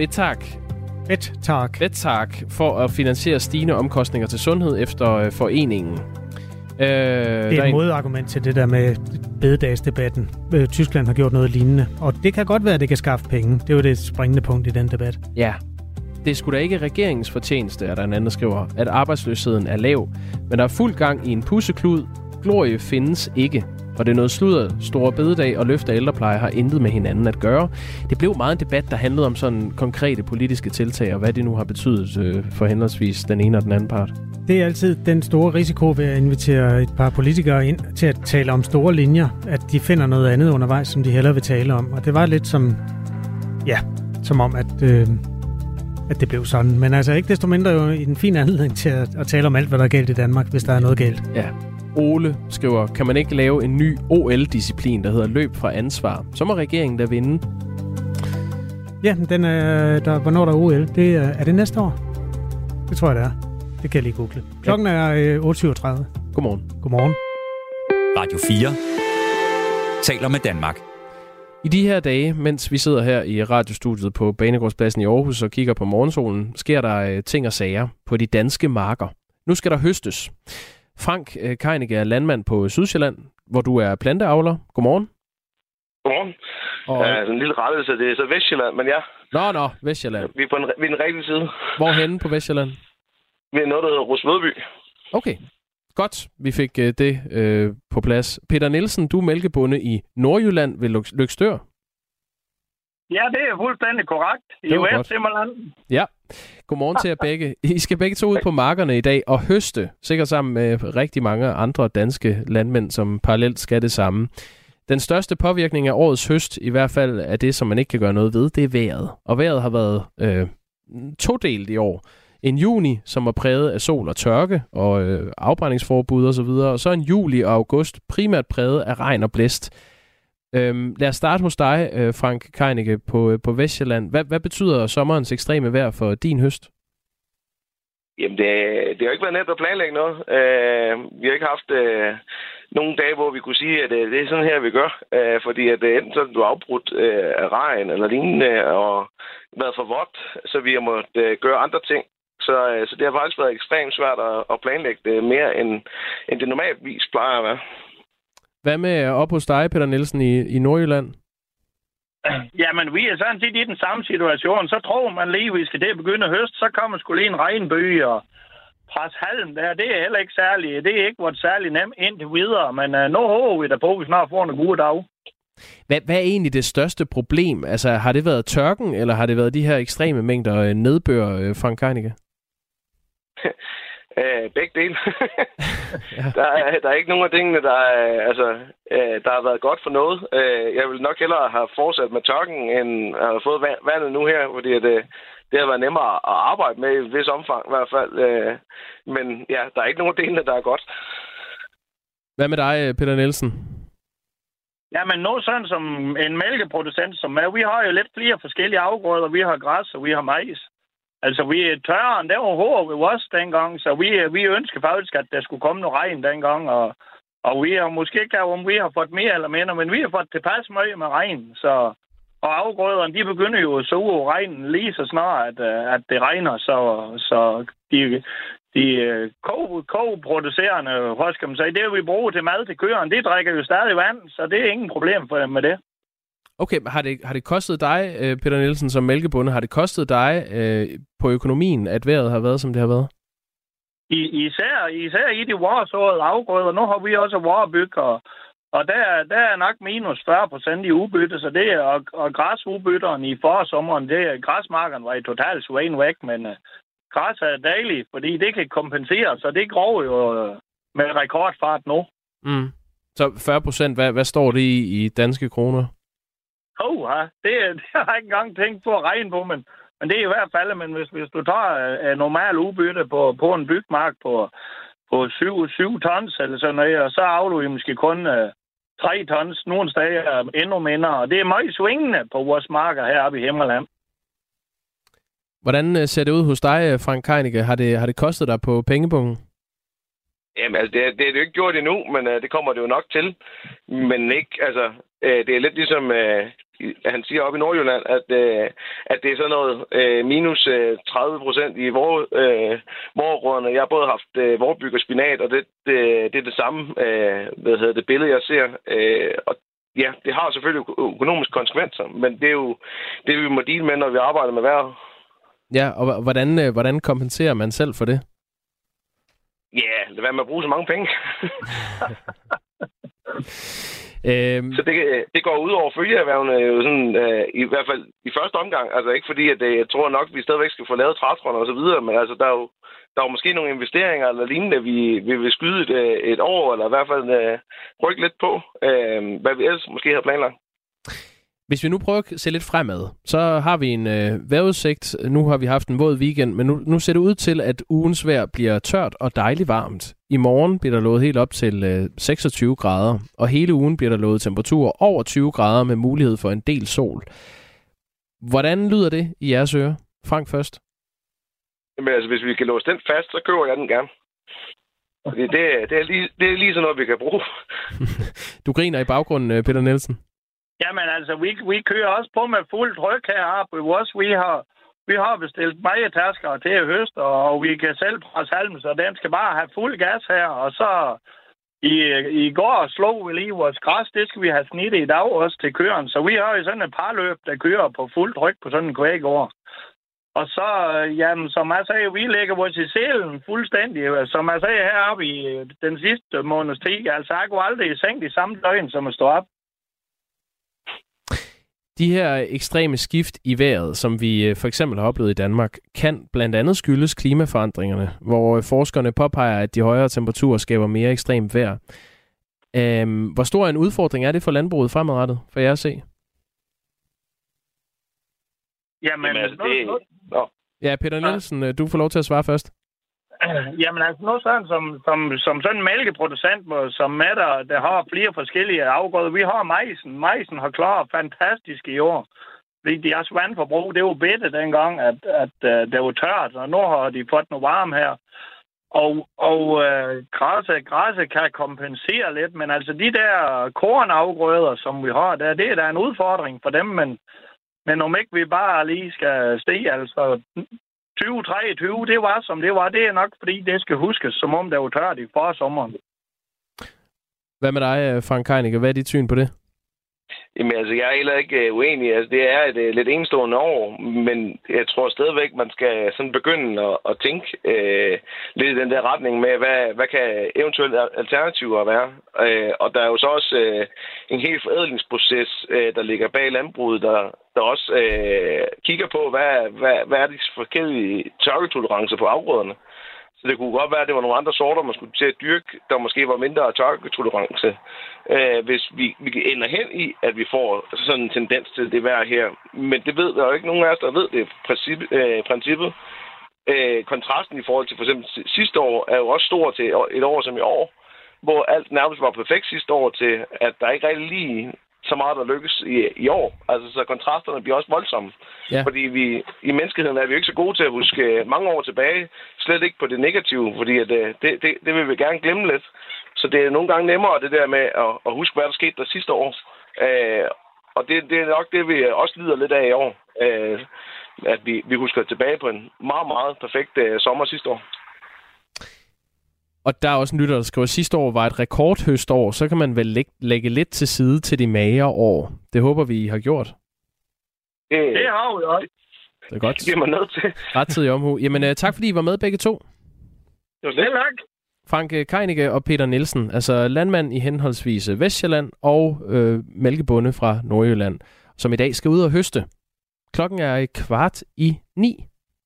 Bettag for at finansiere stigende omkostninger til sundhed efter foreningen. Det er et modargument til det der med bededagsdebatten. Tyskland har gjort noget lignende, og det kan godt være, at det kan skaffe penge. Det er jo det springende punkt i den debat. Ja, det er sgu da ikke regeringens fortjeneste, er der en anden skriver, at arbejdsløsheden er lav, men der er fuld gang i en pusseklud. Glorie findes ikke, og det er noget sludder. Store bededag og løft af ældrepleje har intet med hinanden at gøre. Det blev meget en debat, der handlede om sådan konkrete politiske tiltag, og hvad det nu har betydet for henholdsvis den ene og den anden part. Det er altid den store risiko ved at invitere et par politikere ind til at tale om store linjer, at de finder noget andet undervejs, som de hellere vil tale om. Og det var lidt som om, at det blev sådan. Men altså ikke desto mindre jo en fin anledning til at tale om alt, hvad der er galt i Danmark, hvis der er noget galt. Ja. Ole skriver, kan man ikke lave en ny OL-disciplin, der hedder løb fra ansvar? Så må regeringen da vinde. Ja, hvornår der er OL? Er det næste år? Det tror jeg, det er. Det kan jeg lige google. Klokken er 8.37. Godmorgen. Godmorgen. Radio 4 taler med Danmark. I de her dage, mens vi sidder her i radiostudiet på Banegårdspladsen i Aarhus og kigger på morgensolen, sker der ting og sager på de danske marker. Nu skal der høstes. Frank Keinicke er landmand på Sydsjælland, hvor du er planteavler. Godmorgen. Godmorgen. Og en lille rettelse, det er så Vestjylland, men ja. Nå, Vestjylland. Vi er på den rigtige side. Hvorhenne på Vestjylland? Vi er noget, der hedder Rosmødby. Okay, godt. Vi fik det på plads. Peter Nielsen, du er mælkebonde i Nordjylland ved Løgstør. Ja, det er fuldstændig korrekt. I Vesthimmerland. Ja. Godmorgen til jer begge. I skal begge to ud på markerne i dag og høste, sikkert sammen med rigtig mange andre danske landmænd, som parallelt skal det samme. Den største påvirkning af årets høst, i hvert fald er det, som man ikke kan gøre noget ved, det er vejret. Og vejret har været todelt i år. En juni, som var præget af sol og tørke og afbrændingsforbud osv., og så en juli og august primært præget af regn og blæst. Lad os starte hos dig, Frank Keinicke på Vestjylland. Hvad betyder sommerens ekstreme vejr for din høst? Jamen, det har ikke været nemt at planlægge noget. Vi har ikke haft nogle dage, hvor vi kunne sige, at det er sådan her, vi gør. Fordi at enten så er du afbrudt af regn eller lignende, og været for vådt, så vi har måttet gøre andre ting. Så det har faktisk været ekstremt svært at planlægge det mere, end det normalvis plejer at være. Hvad med op hos dig, Peter Nielsen, i Nordjylland? Jamen, vi er sådan set i den samme situation. Så tror man lige, vi skal det begynde at høste, så kommer sgu lige en regnbyge og pres halm der. Det er heller ikke særligt. Det er ikke været særlig nemt indtil videre, men nu håber vi da på, at vi snart får en god dag. Hvad er egentlig det største problem? Altså, har det været tørken, eller har det været de her ekstreme mængder nedbør, Frank Keinicke? Begge dele. Ja. Der er ikke nogen af tingene, der har været godt for noget. Jeg vil nok hellere have fortsat med tørken, end have fået vandet nu her, fordi det har været nemmere at arbejde med i et vis omfang i hvert fald. Men ja, der er ikke nogen af tingene, der er godt. Hvad med dig, Peter Nielsen? Jamen, nu sådan som en mælkeproducent som er, vi har jo lidt flere forskellige afgrøder. Vi har græs, og vi har majs. Altså, tørren, det var hårdt ved os dengang, så vi ønsker faktisk, at der skulle komme noget regn dengang, og vi har måske ikke, om vi har fået mere eller mindre, men vi har fået tilpas meget med regn, og afgrøderne, de begynder jo at suge regnen lige så snart, at det regner, så de kogeproducerende, hvad skal man sige, det vi bruger til mad til køerne, det drikker jo stadig vand, så det er ingen problem for dem med det. Okay, har det kostet dig, Peter Nielsen, som mælkebonde, har det kostet dig på økonomien, at vejret har været, som det har været? Især i de varesårede afgrøder. Nu har vi også varebyg, Og der er nok minus 40% i udbytte, så det er, og græsudbytteren i forsommeren, græsmarkerne var i totalt svagen væk, men græs er dagligt, fordi det kan kompensere, så det gror jo med rekordfart nu. Mm. Så 40%, hvad står det i danske kroner? Det har jeg ikke engang tænkt på at regne på, men det er i hvert fald, men hvis du tager normal udbytte på en bygmark på 7 tons eller sådan noget, og så afluger I måske kun 3 tons, nogle steder endnu mindre, og det er meget svingende på vores marker heroppe i Himmerland. Hvordan ser det ud hos dig, Frank Keinicke? Har det kostet dig på pengebungen? Jamen, altså, det er det jo ikke gjort endnu, men det kommer det jo nok til. Men ikke, altså, det er lidt ligesom, han siger op i Nordjylland, at det er sådan noget minus 30% i vorrødderne. Jeg har både haft vorbyg og spinat, og det er det samme det billede, jeg ser. Og ja, det har selvfølgelig økonomiske konsekvenser, men det er jo det, vi må deale med, når vi arbejder med vejret. Ja, og hvordan kompenserer man selv for det? Ja, lad være med at bruge så mange penge. Så det går ud over følgeerhvervene jo sådan, i hvert fald i første omgang. Altså ikke fordi, at jeg tror nok, at vi stadigvæk skal få lavet trætrønder og så videre, men altså der er jo måske nogle investeringer eller lignende, vi vil skyde et år, eller i hvert fald rykke lidt på, hvad vi ellers måske har planlagt. Hvis vi nu prøver at se lidt fremad, så har vi en vejrudsigt. Nu har vi haft en våd weekend, men nu ser det ud til, at ugens vejr bliver tørt og dejligt varmt. I morgen bliver der lovet helt op til 26 grader, og hele ugen bliver der lovet temperaturer over 20 grader med mulighed for en del sol. Hvordan lyder det i jeres ører? Frank først. Jamen altså, hvis vi kan låse den fast, så køber jeg den gerne. Det er lige sådan noget, vi kan bruge. Du griner i baggrunden, Peter Nielsen. Jamen altså, vi kører også på med fuld tryk heroppe. Vi har bestilt majetasker til at høste, og vi kan selv presse halm, så den skal bare have fuld gas her. Og så i går slog vi lige vores græs, det skal vi have snittet i dag også til køren. Så vi har jo sådan et parløb, der kører på fuld tryk på sådan en kvægård. Og så, jamen, som jeg sagde, vi lægger vores i selen fuldstændig. Som jeg sagde heroppe i den sidste måneds tid, altså jeg går aldrig i seng i samme døgn, som at stå op. De her ekstreme skift i vejret, som vi for eksempel har oplevet i Danmark, kan blandt andet skyldes klimaforandringerne, hvor forskerne påpeger, at de højere temperaturer skaber mere ekstremt vejr. Hvor stor en udfordring er det for landbruget fremadrettet, for jer at se? Jamen Ja, Peter Nielsen, du får lov til at svare først. Jamen altså, noget sådan som sådan en mælkeproducent, som Matter, der har flere forskellige afgrøder. Vi har majsen. Majsen har klaret fantastisk i år. Fordi deres vandforbrug, det var bedre dengang, at det var tørt, og nu har de fået noget varme her. Og græsset kan kompensere lidt, men altså de der kornafgrøder, som vi har der, det er da en udfordring for dem, men om ikke vi bare lige skal stige, altså 2023, det var som det var. Det er nok, fordi det skal huskes, som om det var tørt i forsommeren. Hvad med dig, Frank Keinicke? Hvad er dit syn på det? Jamen altså, jeg er heller ikke uenig. Altså, det er et lidt enestående år, men jeg tror stadigvæk, man skal sådan begynde at tænke lidt i den der retning med, hvad kan eventuelle alternativer være. Og der er jo så også en helt forædlingsproces, der ligger bag landbruget, der også kigger på, hvad er de forskellige tørketolerancer på afgrøderne. Så det kunne godt være, at det var nogle andre sorter, man skulle til at dyrke, der måske var mindre tørketolerance. Hvis vi ender hen i, at vi får sådan en tendens til det vejr her. Men det ved der jo ikke nogen af os, der ved det princippet. Kontrasten i forhold til for eksempel sidste år er jo også stor til et år som i år, hvor alt nærmest var perfekt sidste år til, at der ikke rigtig lige så meget, der lykkes i år. Altså, så kontrasterne bliver også voldsomme. Ja. Fordi i menneskeheden er vi ikke så gode til at huske mange år tilbage. Slet ikke på det negative, fordi at, det vil vi gerne glemme lidt. Så det er nogle gange nemmere, det der med at huske, hvad der skete der sidste år. Og det er nok det, vi også lider lidt af i år. At vi husker tilbage på en meget, meget perfekt sommer sidste år. Og der er også en lytter, der skriver, at sidste år var et rekordhøstår, så kan man vel lægge lidt til side til de magre år. Det håber vi, I har gjort. Det har vi også. Det er godt. Det bliver man nødt til. Rettidig omhu. Jamen, tak fordi I var med begge to. Jo, det er nok. Frank Keinicke og Peter Nielsen, altså landmand i henholdsvis Vestsjælland og mælkebonde fra Nordjylland, som i dag skal ud og høste. Klokken er 8:45.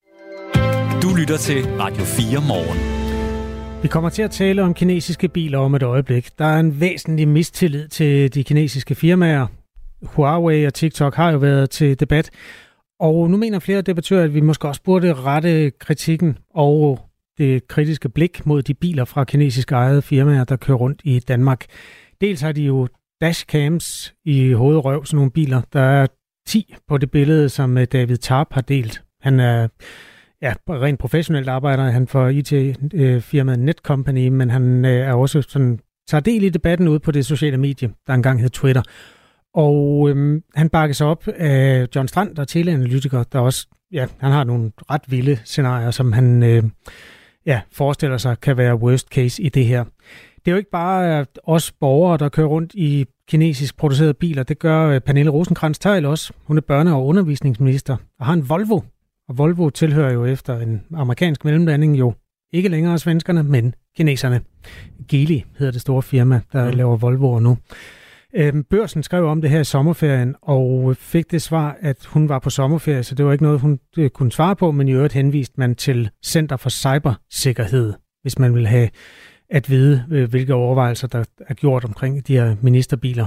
Du lytter til Radio 4 morgen. Vi kommer til at tale om kinesiske biler om et øjeblik. Der er en væsentlig mistillid til de kinesiske firmaer. Huawei og TikTok har jo været til debat. Og nu mener flere debattører, at vi måske også burde rette kritikken og det kritiske blik mod de biler fra kinesiske ejede firmaer, der kører rundt i Danmark. Dels har de jo dashcams i hovedrøv, sådan nogle biler. Der er 10 på det billede, som David Tarp har delt. Han er rent professionelt arbejder han for IT-firmaet Netcompany, men han er også sådan, tager del i debatten ude på det sociale medie, der engang hed Twitter. Og han bakkes op af John Strand, der er teleanalytiker, der også, han har nogle ret vilde scenarier, som han forestiller sig kan være worst case i det her. Det er jo ikke bare os borgere, der kører rundt i kinesisk producerede biler. Det gør Pernille Rosenkrantz-Theil også. Hun er børne- og undervisningsminister og har en Volvo. Og Volvo tilhører jo efter en amerikansk mellemlanding jo ikke længere svenskerne, men kineserne. Geely hedder det store firma, der laver Volvoer nu. Børsen skrev om det her i sommerferien, og fik det svar, at hun var på sommerferie, så det var ikke noget, hun kunne svare på, men i øvrigt henviste man til Center for Cybersikkerhed, hvis man vil have at vide, hvilke overvejelser, der er gjort omkring de her ministerbiler.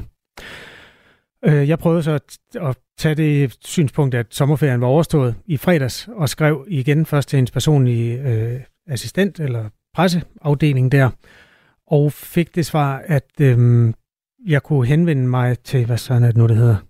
Jeg prøvede så at tage det synspunkt, at sommerferien var overstået i fredags, og skrev igen først til hendes personlige assistent eller presseafdeling der, og fik det svar, at jeg kunne henvende mig til, hvad sådan er det nu, det hedder?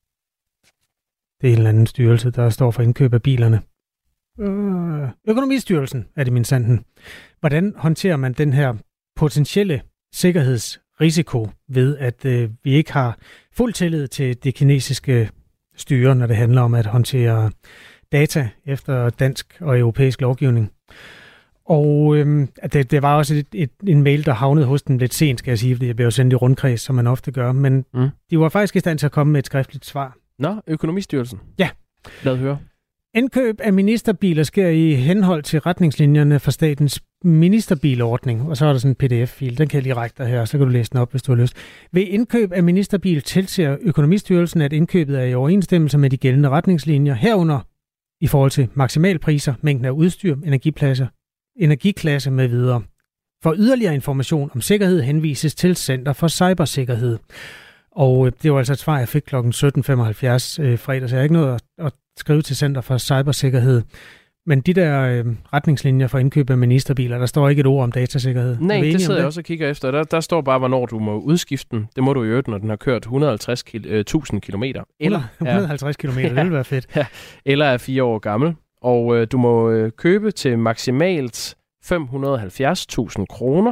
Det er en eller anden styrelse, der står for indkøb af bilerne. Økonomistyrelsen er det min sanden. Hvordan håndterer man den her potentielle sikkerhedsrisiko ved, at vi ikke har fuld tillid til det kinesiske styre, når det handler om at håndtere data efter dansk og europæisk lovgivning? Og det var også en mail, der havnede hos den lidt sent, skal jeg sige, fordi jeg blev jo sendt i rundkreds, som man ofte gør, men de var faktisk i stand til at komme med et skriftligt svar. Nå, Økonomistyrelsen? Ja. Lad høre. Indkøb af ministerbiler sker i henhold til retningslinjerne for statens ministerbilordning, og så er der sådan en pdf-fil, den kan jeg lige række dig her, så kan du læse den op, hvis du har lyst. Ved indkøb af ministerbil tilser Økonomistyrelsen, at indkøbet er i overensstemmelse med de gældende retningslinjer, herunder i forhold til maksimalpriser, mængden af udstyr, energiklasse med videre. For yderligere information om sikkerhed henvises til Center for Cybersikkerhed. Og det var altså et svar, jeg fik kl. 17.75 fredag, så jeg har ikke noget at skrive til Center for Cybersikkerhed. Men de der retningslinjer for indkøb af ministerbiler, der står ikke et ord om datasikkerhed. Nej, det sidder jeg også og kigger efter. Der står bare, hvornår du må udskifte den. Det må du i øvrigt, når den har kørt 150.000 kilometer. 150 kilometer, det vil være fedt. Ja, eller er 4 år gammel. Og du må købe til maksimalt 570.000 kroner.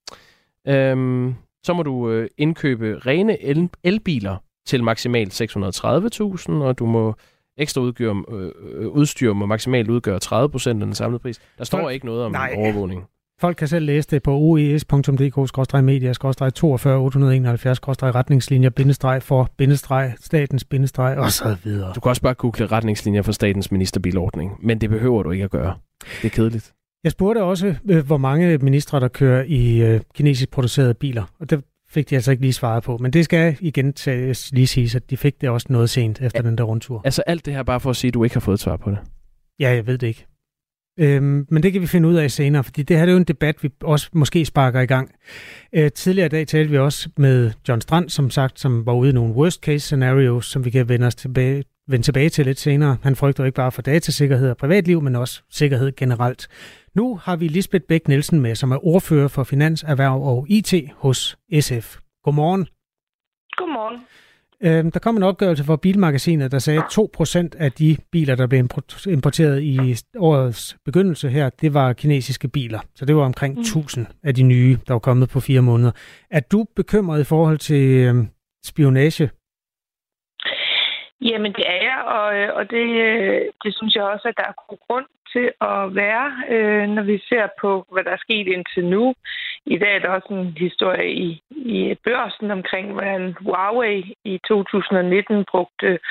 Så må du indkøbe rene elbiler til maksimalt 630.000, og du må ekstra udstyr må maksimalt udgøre 30% af den samlede pris. Der står ikke noget om overvågning. Folk kan selv læse det på oes.dk/media/42-42-retningslinjer-for-statens- og så videre. Du kan også bare google retningslinjer for statens ministerbilordning, men det behøver du ikke at gøre. Det er kedeligt. Jeg spurgte også, hvor mange ministre, der kører i kinesisk producerede biler, og det fik de altså ikke lige svaret på. Men det skal igen lige siges, at de fik det også noget sent efter den der rundtur. Altså alt det her bare for at sige, at du ikke har fået et svar på det? Ja, jeg ved det ikke. Men det kan vi finde ud af senere, fordi det her er jo en debat, vi også måske sparker i gang. Tidligere i dag talte vi også med John Strand, som var ude i nogle worst case scenarios, som vi kan vende tilbage til lidt senere. Han frygter ikke bare for datasikkerhed og privatliv, men også sikkerhed generelt. Nu har vi Lisbeth Bech Nielsen med, som er ordfører for Finans, Erhverv og IT hos SF. Godmorgen. Godmorgen. Der kom en opgørelse fra Bilmagasinet, der sagde, at 2% af de biler, der blev importeret i årets begyndelse her, det var kinesiske biler. Så det var omkring 1000 af de nye, der var kommet på 4 måneder. Er du bekymret i forhold til spionage? Jamen det er jeg, og det synes jeg også, at der er god grund til at være, når vi ser på, hvad der er sket indtil nu. I dag er der også en historie i børsen omkring, hvordan Huawei i 2019 brugte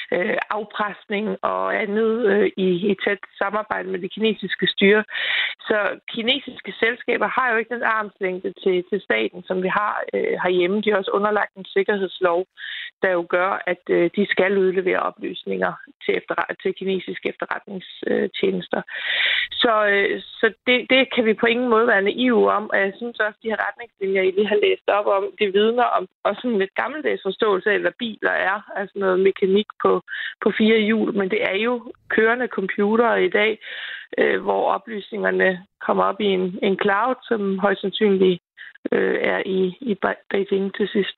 afpresning og andet i tæt samarbejde med det kinesiske styre. Så kinesiske selskaber har jo ikke den armslængde til staten, som vi har herhjemme. De har også underlagt en sikkerhedslov, der jo gør, at de skal udlevere oplysninger til kinesiske efterretningstjenester. Så det kan vi på ingen måde være naive om, og jeg synes også, at de her retningslinjer, I lige har læst op om, det vidner om også en lidt gammeldags forståelse af, hvad biler er, altså noget mekanik på 4 hjul, men det er jo kørende computere i dag, hvor oplysningerne kommer op i en cloud, som højst sandsynligt er i Beijing til sidst.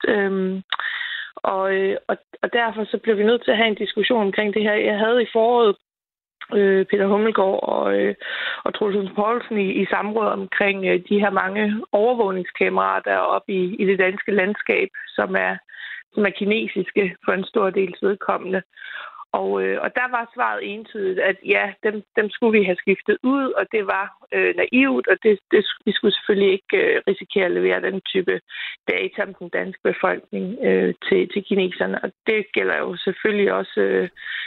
Og derfor så bliver vi nødt til at have en diskussion omkring det her. Jeg havde i foråret Peter Hummelgaard og Troels Poulsen i samråd omkring de her mange overvågningskameraer, der er oppe i det danske landskab, som er kinesiske for en stor del vedkommende. Og der var svaret entydigt, at ja, dem skulle vi have skiftet ud, og det var naivt, og vi skulle selvfølgelig ikke risikere at levere den type data om den danske befolkning til kineserne. Og det gælder jo selvfølgelig også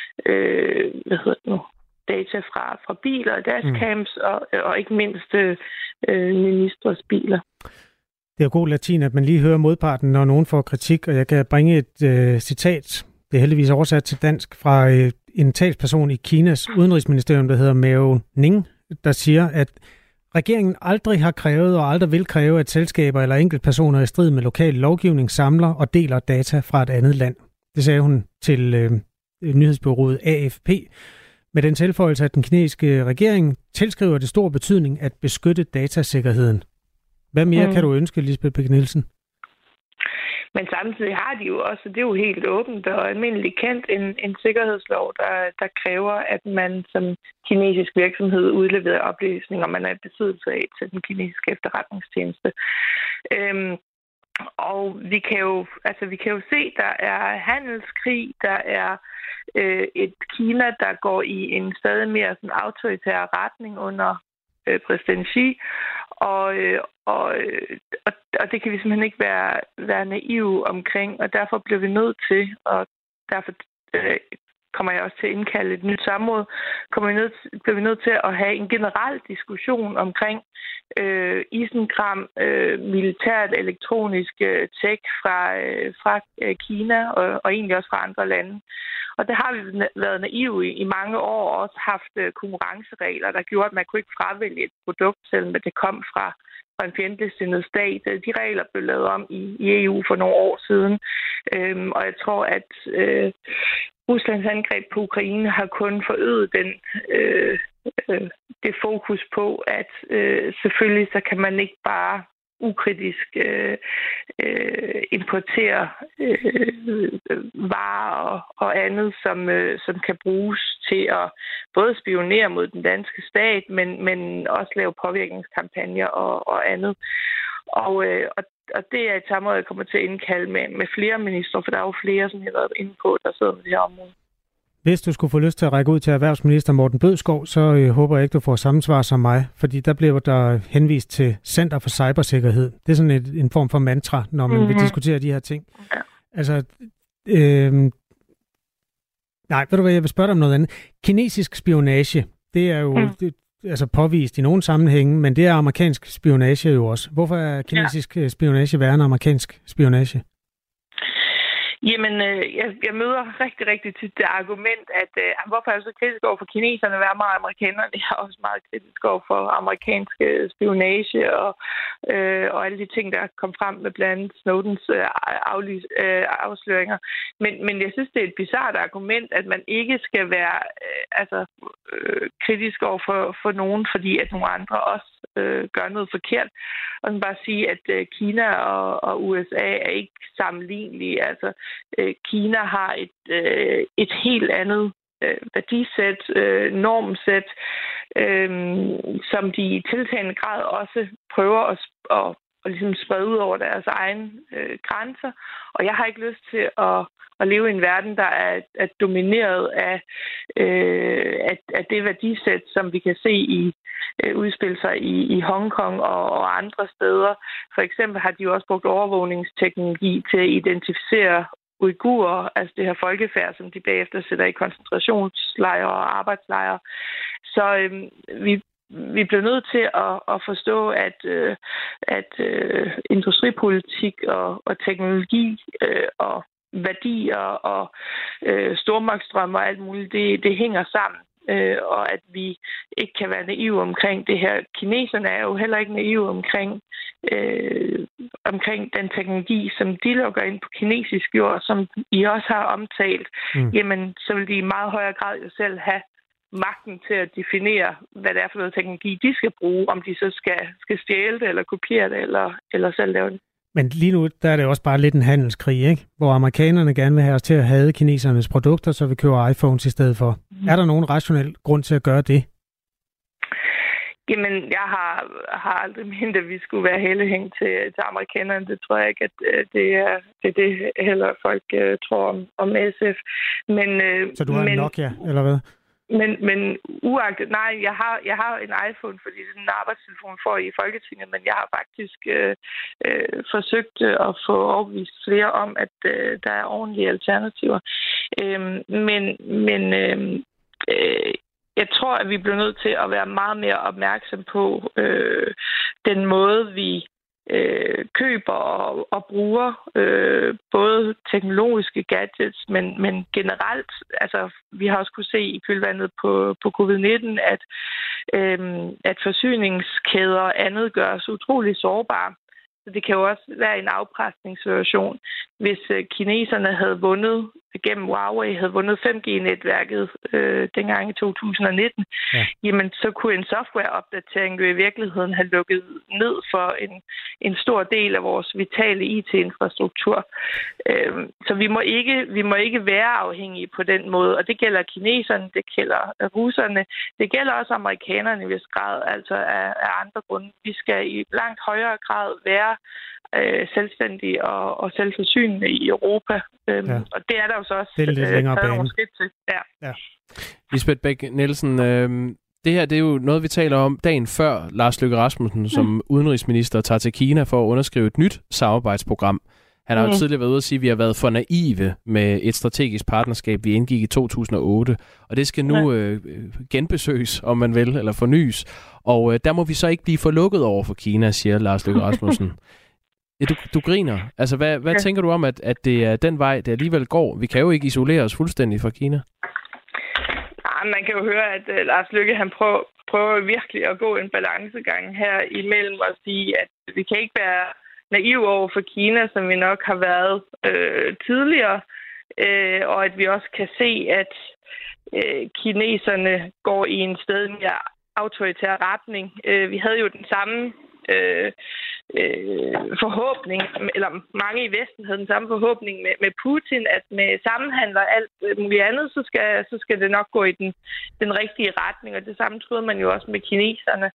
data fra biler og dashcams, og ikke mindst ministres biler. Det er jo god latin, at man lige hører modparten, når nogen får kritik, og jeg kan bringe et citat. Det er heldigvis oversat til dansk fra en talsperson i Kinas udenrigsministerium, der hedder Mao Ning, der siger, at regeringen aldrig har krævet og aldrig vil kræve, at selskaber eller enkeltpersoner i strid med lokal lovgivning samler og deler data fra et andet land. Det sagde hun til nyhedsbureauet AFP, med den tilføjelse, at den kinesiske regering tilskriver det stor betydning at beskytte datasikkerheden. Hvad mere kan du ønske, Lisbeth Bech-Nielsen? Men samtidig har de jo også, det er jo helt åbent og almindeligt kendt, en sikkerhedslov, der kræver, at man som kinesisk virksomhed udleverer oplysninger, man er i besiddelse af til den kinesiske efterretningstjeneste. Og vi kan jo se, der er handelskrig, der er et Kina, der går i en stadig mere sådan autoritær retning under præsident Xi, og det kan vi simpelthen ikke være naive omkring, og derfor bliver vi nødt til, og derfor kommer jeg også til at indkalde et nyt samråd, bliver vi nødt til at have en generel diskussion omkring isenkram, militært elektronisk tech fra Kina og egentlig også fra andre lande. Og det har vi været naive i mange år, og også haft konkurrenceregler, der gjorde, at man kunne ikke fravælge et produkt, selvom det kom fra en fjendtligsindet stat. De regler blev lavet om i EU for nogle år siden, og jeg tror, at Ruslands angreb på Ukraine har kun forøget det fokus på, at selvfølgelig så kan man ikke bare ukritisk importere varer og andet, som kan bruges til at både spionere mod den danske stat, men også lave påvirkningskampagner og andet. Og det er et samråd, jeg kommer til at indkalde med flere ministre, for der er jo flere, som jeg har været inde på, der sidder med det her område. Hvis du skulle få lyst til at række ud til erhvervsminister Morten Bødskov, så håber jeg ikke, du får samme svar som mig, fordi der bliver der henvist til Center for Cybersikkerhed. Det er sådan en form for mantra, når man vil diskutere de her ting. Ja. Altså, nej, ved du hvad, jeg vil spørge dig om noget andet. Kinesisk spionage, det er jo påvist i nogle sammenhænge, men det er amerikansk spionage jo også. Hvorfor er kinesisk spionage værre end amerikansk spionage? Jamen, jeg møder rigtig, rigtig tit det argument, at hvorfor er jeg så kritisk over for kineserne værre end amerikanerne? Jeg er også meget kritisk over for amerikansk spionage og alle de ting, der kom frem med blandt andet Snowdens afsløringer. Men jeg synes, det er et bizarrt argument, at man ikke skal være kritisk over for nogen, fordi at nogle andre også gør noget forkert. Og så bare sige, at Kina og USA er ikke sammenlignelige. Altså, Kina har et helt andet værdisæt, normsæt, som de i tiltagende grad også prøver at ligesom sprede ud over deres egne grænser. Og jeg har ikke lyst til at leve i en verden, der er domineret af det værdisæt, som vi kan se udspille sig i Hongkong og andre steder. For eksempel har de jo også brugt overvågningsteknologi til at identificere uigurer, altså det her folkefærd, som de bagefter sætter i koncentrationslejre og arbejdslejre. Så vi bliver nødt til at forstå, at industripolitik og teknologi og værdier og stormagtsdrømme og alt muligt, det hænger sammen. Og at vi ikke kan være naive omkring det her. Kineserne er jo heller ikke naive omkring den teknologi, som de lukker ind på kinesisk jord, som I også har omtalt. Jamen, så vil de i meget højere grad jo selv have magten til at definere, hvad det er for noget teknologi, de skal bruge, om de så skal stjæle det, eller kopiere det, eller selv lave det. Men lige nu, der er det også bare lidt en handelskrig, ikke? Hvor amerikanerne gerne vil have os til at hade kinesernes produkter, så vi køber iPhones i stedet for. Er der nogen rationel grund til at gøre det? Jamen, jeg har aldrig ment, at vi skulle være hælehæng til amerikanerne. Det tror jeg ikke, at det er det heller folk tror om SF. Men, så du har en Nokia, eller hvad? Men uagtet, nej, jeg har en iPhone, fordi det er en arbejdstelefon for i Folketinget, men jeg har faktisk forsøgt at få overbevist flere om, at der er ordentlige alternativer. Jeg tror, at vi bliver nødt til at være meget mere opmærksom på den måde, vi køber og bruger både teknologiske gadgets, men generelt, altså vi har også kunne se i kølvandet på covid-19, at forsyningskæder og andet gør os utrolig sårbare. Så det kan jo også være en afpresningssituation, hvis kineserne havde vundet gennem Huawei, havde vundet 5G-netværket dengang i 2019, jamen så kunne en softwareopdatering jo i virkeligheden have lukket ned for en stor del af vores vitale IT-infrastruktur. Så vi må ikke være afhængige på den måde, og det gælder kineserne, det gælder russerne, det gælder også amerikanerne i vis grad, altså af andre grunde. Vi skal i langt højere grad være selvstændige og selvforsynende i Europa. Og det er der jo så også taget nogle skridt til. Ja. Lisbeth Bech-Nielsen, det her det er jo noget, vi taler om dagen før Lars Løkke Rasmussen som udenrigsminister tager til Kina for at underskrive et nyt samarbejdsprogram. Han har jo tidligere været ude at sige, at vi har været for naive med et strategisk partnerskab, vi indgik i 2008. Og det skal nu genbesøges, om man vil, eller fornyes. Og der må vi så ikke blive for lukket over for Kina, siger Lars Løkke Rasmussen. Ja, du griner. Altså, hvad tænker du om, at det er den vej, det alligevel går? Vi kan jo ikke isolere os fuldstændig fra Kina. Nej, man kan jo høre, at Lars Løkke, han prøver virkelig at gå en balancegang her imellem og sige, at vi kan ikke være naive over for Kina, som vi nok har været tidligere, og at vi også kan se, at kineserne går i en stadig mere autoritær retning. Vi havde jo den samme forhåbning, eller mange i Vesten havde den samme forhåbning med Putin, at med sammenhandler alt muligt andet, så skal det nok gå i den rigtige retning, og det samme troede man jo også med kineserne.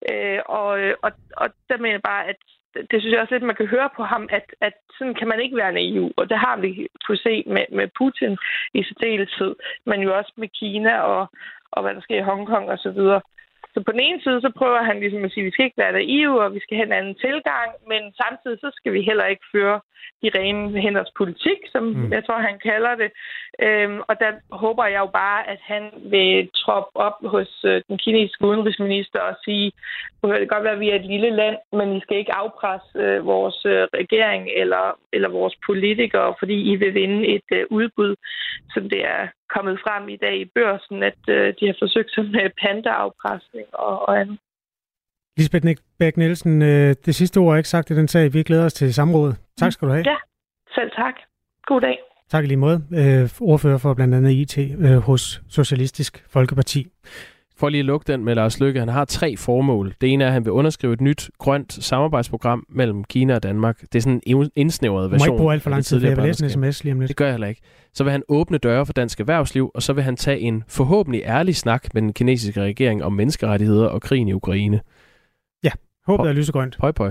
Og der mener jeg bare, at det synes jeg også lidt, man kan høre på ham, at sådan kan man ikke være naiv, og det har vi kunne se med Putin i særdeleshed, men jo også med Kina og hvad der sker i Hongkong og så videre. Så på den ene side, så prøver han ligesom at sige, at vi skal ikke være naive, og vi skal have en anden tilgang, men samtidig så skal vi heller ikke føre de rene hænders politik, som jeg tror, han kalder det. Og der håber jeg jo bare, at han vil troppe op hos den kinesiske udenrigsminister og sige, det kan godt være, at vi er et lille land, men I skal ikke afpresse vores regering eller vores politikere, fordi I vil vinde et udbud, som det er kommet frem i dag i børsen, at de har forsøgt sig med pandaafpresning og andet. Lisbeth Bech-Nielsen, det sidste ord er ikke sagt i den sag. Vi glæder os til samrådet. Tak skal du have. Ja, selv tak. God dag. Tak i lige måde. Ordfører for blandt andet IT hos Socialistisk Folkeparti. For lige at lukke den med Lars Løkke, han har 3 formål. Det ene er, at han vil underskrive et nyt grønt samarbejdsprogram mellem Kina og Danmark. Det er sådan en indsnævret version. Du må ikke bruge alt for lang tid, for jeg vil læse en sms lige om lidt. Det gør jeg heller ikke. Så vil han åbne døre for dansk erhvervsliv, og så vil han tage en forhåbentlig ærlig snak med den kinesiske regering om menneskerettigheder og krigen i Ukraine. Ja, håbet er lysegrønt. Pøj.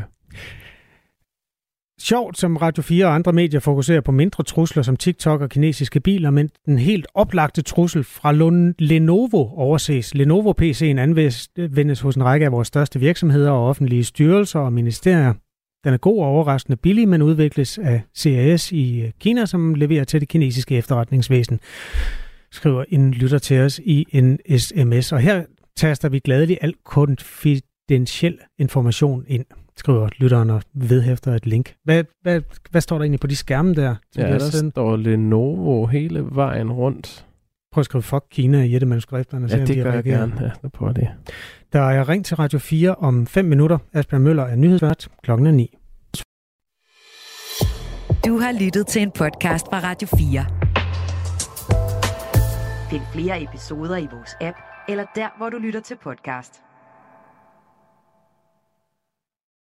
Sjovt, som Radio 4 og andre medier fokuserer på mindre trusler som TikTok og kinesiske biler, men den helt oplagte trussel fra Lenovo overses. Lenovo PC'en anvendes hos en række af vores største virksomheder og offentlige styrelser og ministerier. Den er god og overraskende billig, men udvikles af CAS i Kina, som leverer til det kinesiske efterretningsvæsen, skriver en lytter til os i en sms. Og her taster vi gladeligt al konfidentiel information ind, skriver lytteren og vedhæfter et link. Hvad står der egentlig på de skærme der? Ja, der står Lenovo hele vejen rundt. Prøv at skrive fuck Kina i et af manuskripterne. Ja, det gør jeg gerne. Ja, nu prøver det. Der er ring til Radio 4 om 5 minutter. Asbjørn Møller er nyhedsvært. Klokken er 9. Du har lyttet til en podcast fra Radio 4. Find flere episoder i vores app, eller der, hvor du lytter til podcast.